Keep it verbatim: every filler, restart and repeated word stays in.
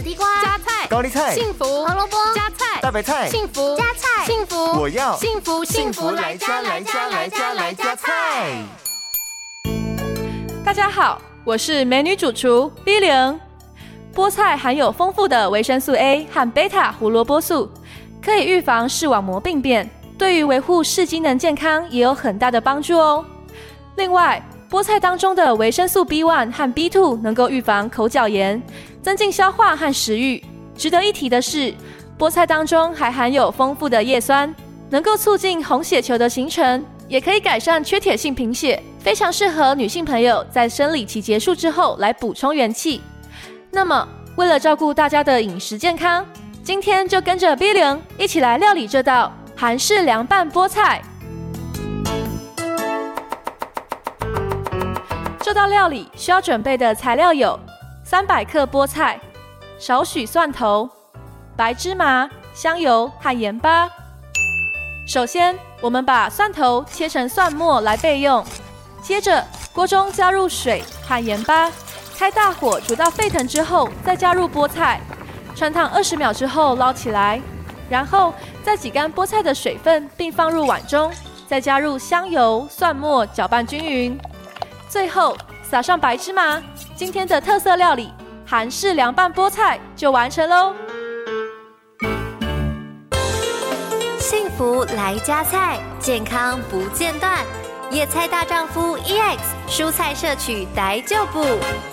地瓜、 加菜、 高丽菜、 幸福、 胡萝卜、 加菜、 大白菜、 幸福、 加菜、 幸福， 我要幸福幸福来家来家来家来家菜。 大家好，我是美女主厨 B 零。菠菜含有丰富的维生素 A 和贝塔胡萝卜素，可以预防视网膜病变，对于维护视机能健康也有很大的帮助哦。另外，菠菜当中的维生素 B 一 和 B 二 能够预防口角炎，增进消化和食欲。值得一提的是，菠菜当中还含有丰富的叶酸，能够促进红血球的形成，也可以改善缺铁性贫血，非常适合女性朋友在生理期结束之后来补充元气。那么，为了照顾大家的饮食健康，今天就跟着 B 零一起来料理这道韩式凉拌菠菜。这道料理需要准备的材料有三百克菠菜、少许蒜头、白芝麻、香油和盐巴。首先，我们把蒜头切成蒜末来备用。接着，锅中加入水和盐巴，开大火煮到沸腾之后，再加入菠菜，汆烫二十秒之后捞起来，然后再挤干菠菜的水分，并放入碗中，再加入香油、蒜末，搅拌均匀。最后撒上白芝麻，今天的特色料理韩式凉拌菠菜就完成喽。 幸福来加菜，健康不间断。野菜大丈夫 E X 蔬菜摄取来就补。